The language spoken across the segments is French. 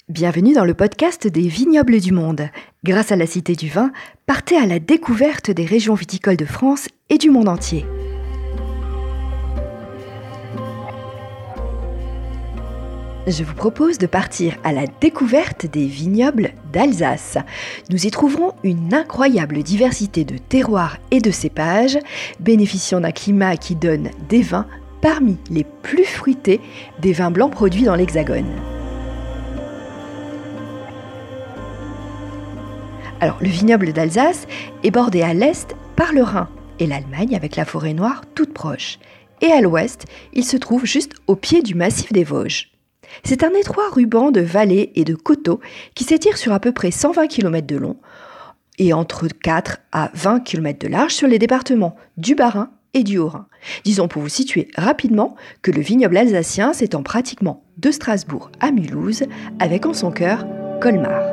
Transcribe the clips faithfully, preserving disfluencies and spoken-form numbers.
Bienvenue dans le podcast des vignobles du monde. Grâce à la Cité du Vin, partez à la découverte des régions viticoles de France et du monde entier. Je vous propose de partir à la découverte des vignobles d'Alsace. Nous y trouverons une incroyable diversité de terroirs et de cépages, bénéficiant d'un climat qui donne des vins parmi les plus fruités des vins blancs produits dans l'Hexagone. Alors, le vignoble d'Alsace est bordé à l'est par le Rhin et l'Allemagne avec la forêt noire toute proche. Et à l'ouest, il se trouve juste au pied du massif des Vosges. C'est un étroit ruban de vallées et de coteaux qui s'étire sur à peu près cent vingt kilomètres de long et entre quatre à vingt kilomètres de large sur les départements du Bas-Rhin et du Haut-Rhin. Disons pour vous situer rapidement que le vignoble alsacien s'étend pratiquement de Strasbourg à Mulhouse avec en son cœur Colmar.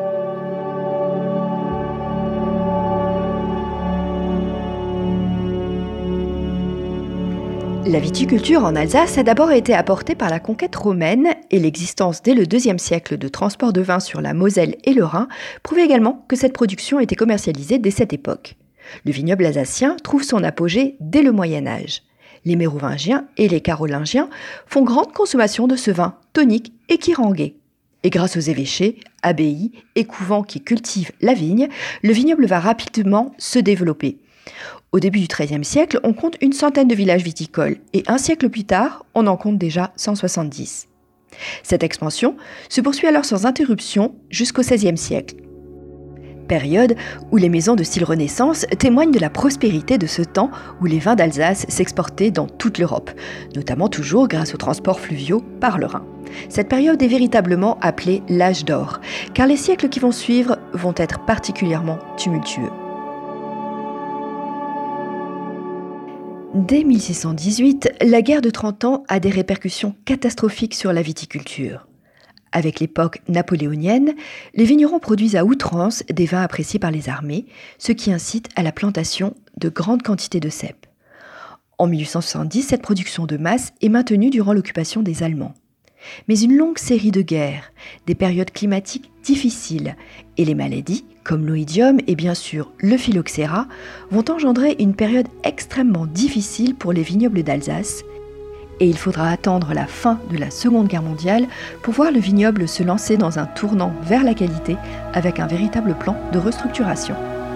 La viticulture en Alsace a d'abord été apportée par la conquête romaine et l'existence dès le deuxième siècle de transport de vin sur la Moselle et le Rhin prouve également que cette production était commercialisée dès cette époque. Le vignoble alsacien trouve son apogée dès le Moyen Âge. Les Mérovingiens et les Carolingiens font grande consommation de ce vin tonique et kirangué. Et grâce aux évêchés, abbayes et couvents qui cultivent la vigne, le vignoble va rapidement se développer. Au début du treizième siècle, on compte une centaine de villages viticoles et un siècle plus tard, on en compte déjà cent soixante-dix. Cette expansion se poursuit alors sans interruption jusqu'au seizième siècle. Période où les maisons de style Renaissance témoignent de la prospérité de ce temps où les vins d'Alsace s'exportaient dans toute l'Europe, notamment toujours grâce aux transports fluviaux par le Rhin. Cette période est véritablement appelée l'âge d'or, car les siècles qui vont suivre vont être particulièrement tumultueux. Dès mille six cent dix-huit, la guerre de Trente Ans a des répercussions catastrophiques sur la viticulture. Avec l'époque napoléonienne, les vignerons produisent à outrance des vins appréciés par les armées, ce qui incite à la plantation de grandes quantités de cèpes. En mille huit cent soixante-dix, cette production de masse est maintenue durant l'occupation des Allemands. Mais une longue série de guerres, des périodes climatiques difficiles et les maladies, comme l'oïdium et bien sûr le phylloxéra, vont engendrer une période extrêmement difficile pour les vignobles d'Alsace. Et il faudra attendre la fin de la Seconde Guerre mondiale pour voir le vignoble se lancer dans un tournant vers la qualité avec un véritable plan de restructuration.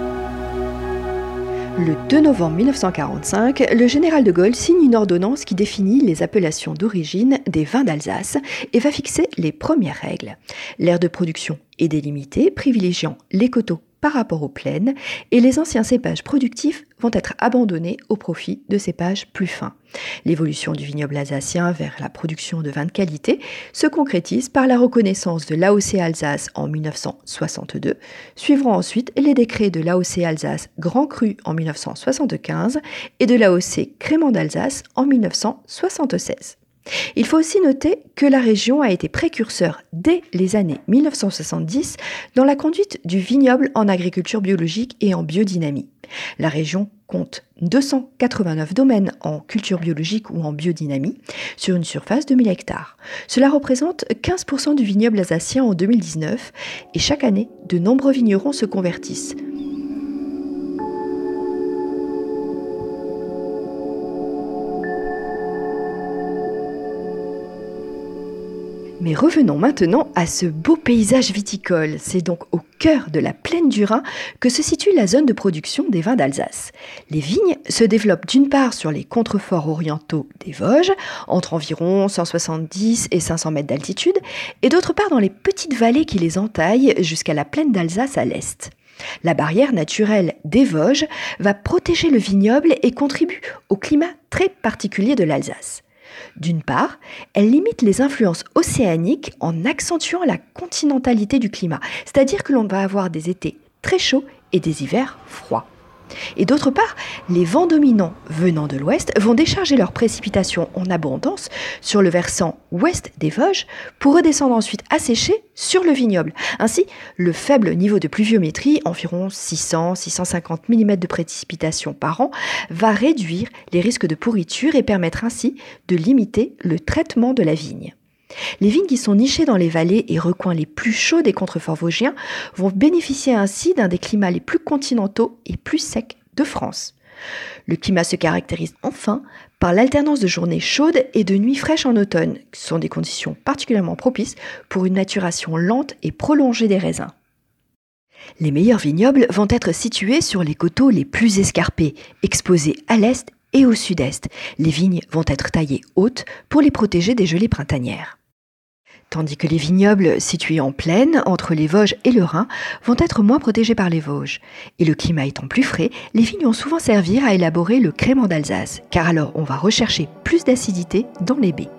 Le deux novembre mille neuf cent quarante-cinq, le général de Gaulle signe une ordonnance qui définit les appellations d'origine des vins d'Alsace et va fixer les premières règles. L'aire de production est délimitée, privilégiant les coteaux par rapport aux plaines, et les anciens cépages productifs vont être abandonnés au profit de cépages plus fins. L'évolution du vignoble alsacien vers la production de vins de qualité se concrétise par la reconnaissance de l'A O C Alsace en mille neuf cent soixante-deux, suivront ensuite les décrets de l'A O C Alsace Grand Cru en mille neuf cent soixante-quinze et de l'A O C Crémant d'Alsace en mille neuf cent soixante-seize. Il faut aussi noter que la région a été précurseur dès les années mille neuf cent soixante-dix dans la conduite du vignoble en agriculture biologique et en biodynamie. La région compte deux cent quatre-vingt-neuf domaines en culture biologique ou en biodynamie sur une surface de mille hectares. Cela représente quinze pour cent du vignoble alsacien en deux mille dix-neuf et chaque année, de nombreux vignerons se convertissent. Mais revenons maintenant à ce beau paysage viticole. C'est donc au cœur de la plaine du Rhin que se situe la zone de production des vins d'Alsace. Les vignes se développent d'une part sur les contreforts orientaux des Vosges, entre environ cent soixante-dix et cinq cents mètres d'altitude, et d'autre part dans les petites vallées qui les entaillent jusqu'à la plaine d'Alsace à l'est. La barrière naturelle des Vosges va protéger le vignoble et contribue au climat très particulier de l'Alsace. D'une part, elle limite les influences océaniques en accentuant la continentalité du climat, c'est-à-dire que l'on va avoir des étés très chauds et des hivers froids. Et d'autre part, les vents dominants venant de l'ouest vont décharger leurs précipitations en abondance sur le versant ouest des Vosges pour redescendre ensuite assécher sur le vignoble. Ainsi, le faible niveau de pluviométrie, environ six cents à six cent cinquante millimètres de précipitations par an, va réduire les risques de pourriture et permettre ainsi de limiter le traitement de la vigne. Les vignes qui sont nichées dans les vallées et recoins les plus chauds des contreforts vosgiens vont bénéficier ainsi d'un des climats les plus continentaux et plus secs de France. Le climat se caractérise enfin par l'alternance de journées chaudes et de nuits fraîches en automne, qui sont des conditions particulièrement propices pour une maturation lente et prolongée des raisins. Les meilleurs vignobles vont être situés sur les coteaux les plus escarpés, exposés à l'est et au sud-est. Les vignes vont être taillées hautes pour les protéger des gelées printanières. Tandis que les vignobles situés en plaine, entre les Vosges et le Rhin, vont être moins protégés par les Vosges. Et le climat étant plus frais, les vignes vont souvent servir à élaborer le crément d'Alsace, car alors on va rechercher plus d'acidité dans les baies.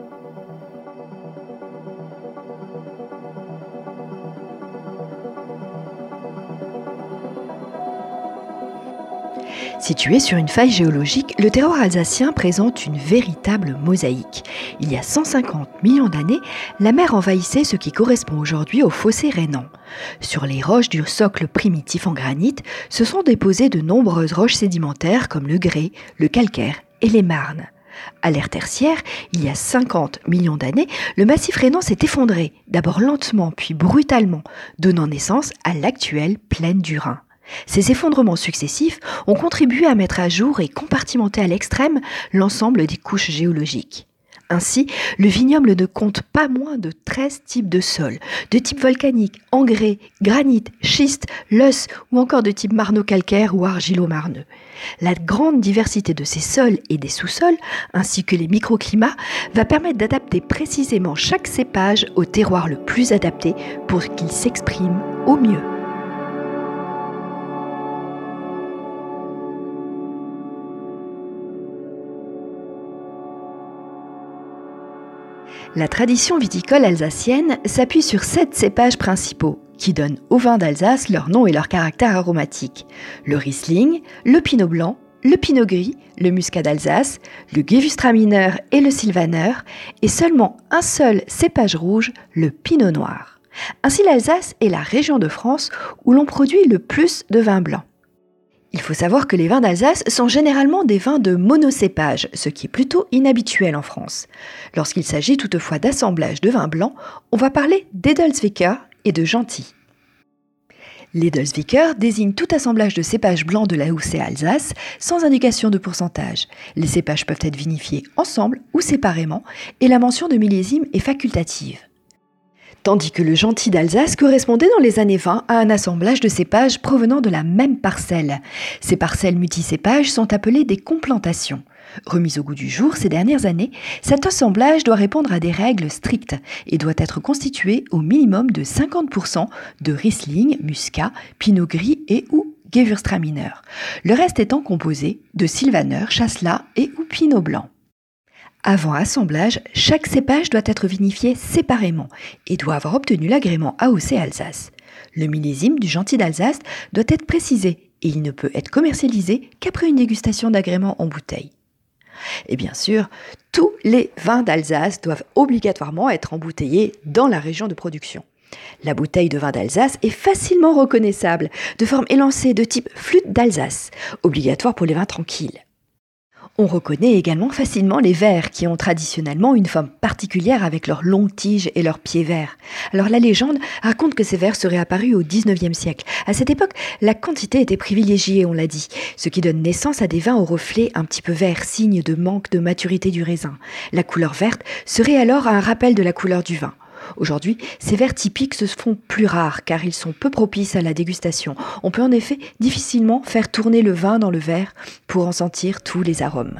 Situé sur une faille géologique, le terroir alsacien présente une véritable mosaïque. Il y a cent cinquante millions d'années, la mer envahissait ce qui correspond aujourd'hui au fossé rhénan. Sur les roches du socle primitif en granit, se sont déposées de nombreuses roches sédimentaires comme le grès, le calcaire et les marnes. À l'ère tertiaire, il y a cinquante millions d'années, le massif rhénan s'est effondré, d'abord lentement puis brutalement, donnant naissance à l'actuelle plaine du Rhin. Ces effondrements successifs ont contribué à mettre à jour et compartimenter à l'extrême l'ensemble des couches géologiques. Ainsi, le vignoble ne compte pas moins de treize types de sols, de type volcanique, engrais, granit, schiste, löss ou encore de type marno-calcaire ou argilo-marneux. La grande diversité de ces sols et des sous-sols, ainsi que les microclimats, va permettre d'adapter précisément chaque cépage au terroir le plus adapté pour qu'il s'exprime au mieux. La tradition viticole alsacienne s'appuie sur sept cépages principaux qui donnent aux vins d'Alsace leur nom et leur caractère aromatique. Le Riesling, le Pinot blanc, le Pinot gris, le Muscat d'Alsace, le Gewürztraminer et le Sylvaner, et seulement un seul cépage rouge, le Pinot noir. Ainsi, l'Alsace est la région de France où l'on produit le plus de vins blancs. Il faut savoir que les vins d'Alsace sont généralement des vins de monocépage, ce qui est plutôt inhabituel en France. Lorsqu'il s'agit toutefois d'assemblage de vins blancs, on va parler d'Edelsviker et de Gentil. L'Edelsviker désigne tout assemblage de cépages blancs de la Hausse et Alsace sans indication de pourcentage. Les cépages peuvent être vinifiés ensemble ou séparément et la mention de millésime est facultative. Tandis que le Gentil d'Alsace correspondait dans les années vingt à un assemblage de cépages provenant de la même parcelle. Ces parcelles multicépages sont appelées des complantations. Remis au goût du jour ces dernières années, cet assemblage doit répondre à des règles strictes et doit être constitué au minimum de cinquante pour cent de Riesling, Muscat, Pinot gris et ou Gewürztraminer. Le reste étant composé de Sylvaner, Chasselas et ou Pinot blanc. Avant assemblage, chaque cépage doit être vinifié séparément et doit avoir obtenu l'agrément A O C Alsace. Le millésime du Gentil d'Alsace doit être précisé et il ne peut être commercialisé qu'après une dégustation d'agrément en bouteille. Et bien sûr, tous les vins d'Alsace doivent obligatoirement être embouteillés dans la région de production. La bouteille de vin d'Alsace est facilement reconnaissable, de forme élancée de type flûte d'Alsace, obligatoire pour les vins tranquilles. On reconnaît également facilement les verres qui ont traditionnellement une forme particulière avec leurs longues tiges et leurs pieds verts. Alors la légende raconte que ces verres seraient apparus au dix-neuvième siècle. À cette époque, la quantité était privilégiée, on l'a dit, ce qui donne naissance à des vins au reflet un petit peu vert, signe de manque de maturité du raisin. La couleur verte serait alors un rappel de la couleur du vin. Aujourd'hui, ces verres typiques se font plus rares car ils sont peu propices à la dégustation. On peut en effet difficilement faire tourner le vin dans le verre pour en sentir tous les arômes.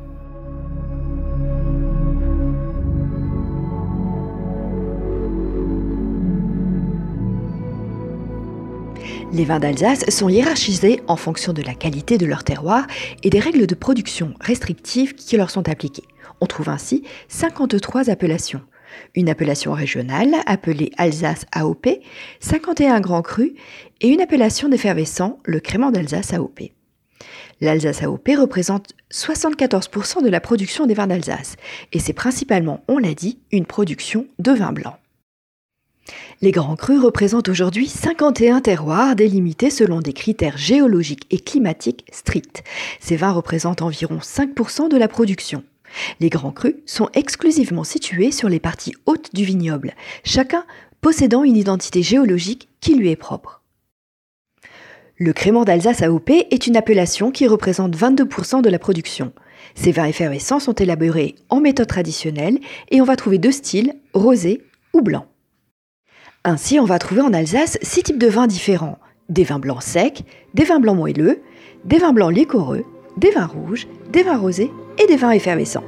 Les vins d'Alsace sont hiérarchisés en fonction de la qualité de leur terroir et des règles de production restrictives qui leur sont appliquées. On trouve ainsi cinquante-trois appellations. Une appellation régionale appelée Alsace A O P, cinquante et un grands crus et une appellation d'effervescent, le crément d'Alsace A O P. L'Alsace A O P représente soixante-quatorze pour cent de la production des vins d'Alsace et c'est principalement, on l'a dit, une production de vin blanc. Les grands crus représentent aujourd'hui cinquante et un terroirs délimités selon des critères géologiques et climatiques stricts. Ces vins représentent environ cinq pour cent de la production. Les grands crus sont exclusivement situés sur les parties hautes du vignoble, chacun possédant une identité géologique qui lui est propre. Le crément d'Alsace A O P est une appellation qui représente vingt-deux pour cent de la production. Ces vins effervescents sont élaborés en méthode traditionnelle et on va trouver deux styles, rosé ou blanc. Ainsi, on va trouver en Alsace six types de vins différents. Des vins blancs secs, des vins blancs moelleux, des vins blancs liquoreux, des vins rouges, des vins rosés et des vins effervescents.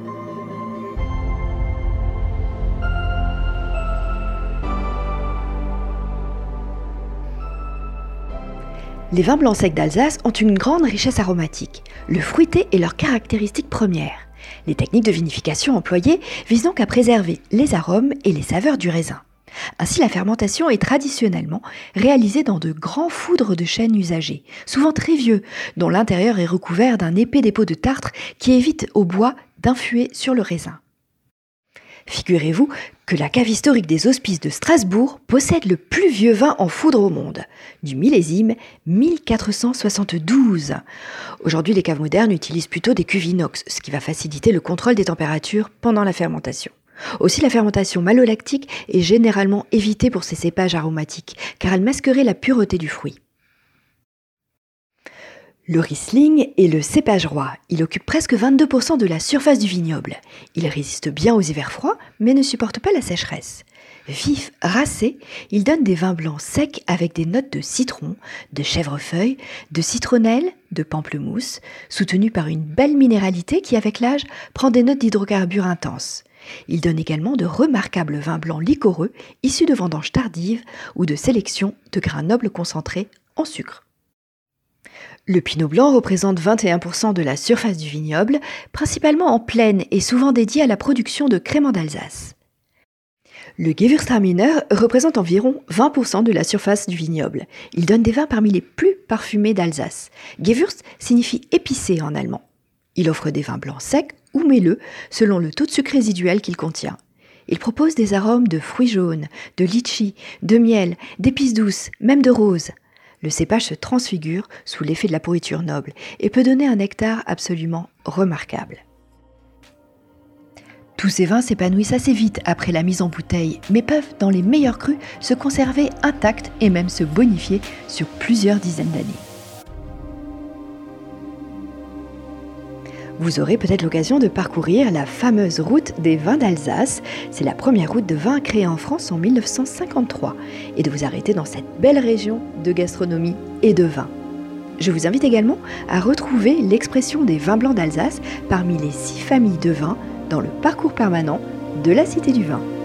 Les vins blancs secs d'Alsace ont une grande richesse aromatique. Le fruité est leur caractéristique première. Les techniques de vinification employées visent donc à préserver les arômes et les saveurs du raisin. Ainsi, la fermentation est traditionnellement réalisée dans de grands foudres de chêne usagés, souvent très vieux, dont l'intérieur est recouvert d'un épais dépôt de tartre qui évite au bois d'influer sur le raisin. Figurez-vous que la cave historique des Hospices de Strasbourg possède le plus vieux vin en foudre au monde, du millésime mille quatre cent soixante-douze. Aujourd'hui, les caves modernes utilisent plutôt des cuves inox, ce qui va faciliter le contrôle des températures pendant la fermentation. Aussi, la fermentation malolactique est généralement évitée pour ces cépages aromatiques, car elle masquerait la pureté du fruit. Le Riesling est le cépage roi. Il occupe presque vingt-deux pour cent de la surface du vignoble. Il résiste bien aux hivers froids, mais ne supporte pas la sécheresse. Vif, racé, il donne des vins blancs secs avec des notes de citron, de chèvrefeuille, de citronnelle, de pamplemousse, soutenus par une belle minéralité qui, avec l'âge, prend des notes d'hydrocarbures intenses. Il donne également de remarquables vins blancs liquoreux, issus de vendanges tardives ou de sélection de grains nobles concentrés en sucre. Le pinot blanc représente vingt et un pour cent de la surface du vignoble, principalement en plaine et souvent dédié à la production de créments d'Alsace. Le Gewürztraminer représente environ vingt pour cent de la surface du vignoble. Il donne des vins parmi les plus parfumés d'Alsace. Gewürz signifie épicé en allemand. Il offre des vins blancs secs ou moelleux selon le taux de sucre résiduel qu'il contient. Il propose des arômes de fruits jaunes, de litchi, de miel, d'épices douces, même de rose. Le cépage se transfigure sous l'effet de la pourriture noble et peut donner un nectar absolument remarquable. Tous ces vins s'épanouissent assez vite après la mise en bouteille, mais peuvent, dans les meilleurs crus, se conserver intacts et même se bonifier sur plusieurs dizaines d'années. Vous aurez peut-être l'occasion de parcourir la fameuse route des vins d'Alsace. C'est la première route de vin créée en France en mille neuf cent cinquante-trois et de vous arrêter dans cette belle région de gastronomie et de vin. Je vous invite également à retrouver l'expression des vins blancs d'Alsace parmi les six familles de vins dans le parcours permanent de la Cité du Vin.